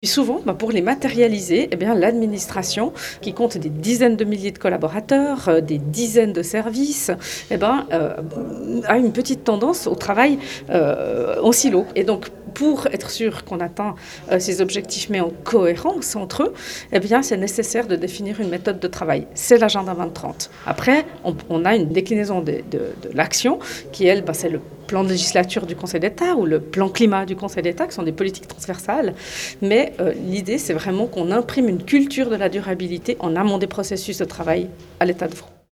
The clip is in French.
Et souvent, pour les matérialiser, l'administration, qui compte des dizaines de milliers de collaborateurs, des dizaines de services, a une petite tendance au travail en silo. Et donc, pour être sûr qu'on atteint ces objectifs, mais en cohérence entre eux, c'est nécessaire de définir une méthode de travail. C'est l'agenda 2030. Après, on a une déclinaison de l'action qui, elle, c'est le plan de législature du Conseil d'État ou le plan climat du Conseil d'État, qui sont des politiques transversales. Mais l'idée, c'est vraiment qu'on imprime une culture de la durabilité en amont des processus de travail à l'état de France.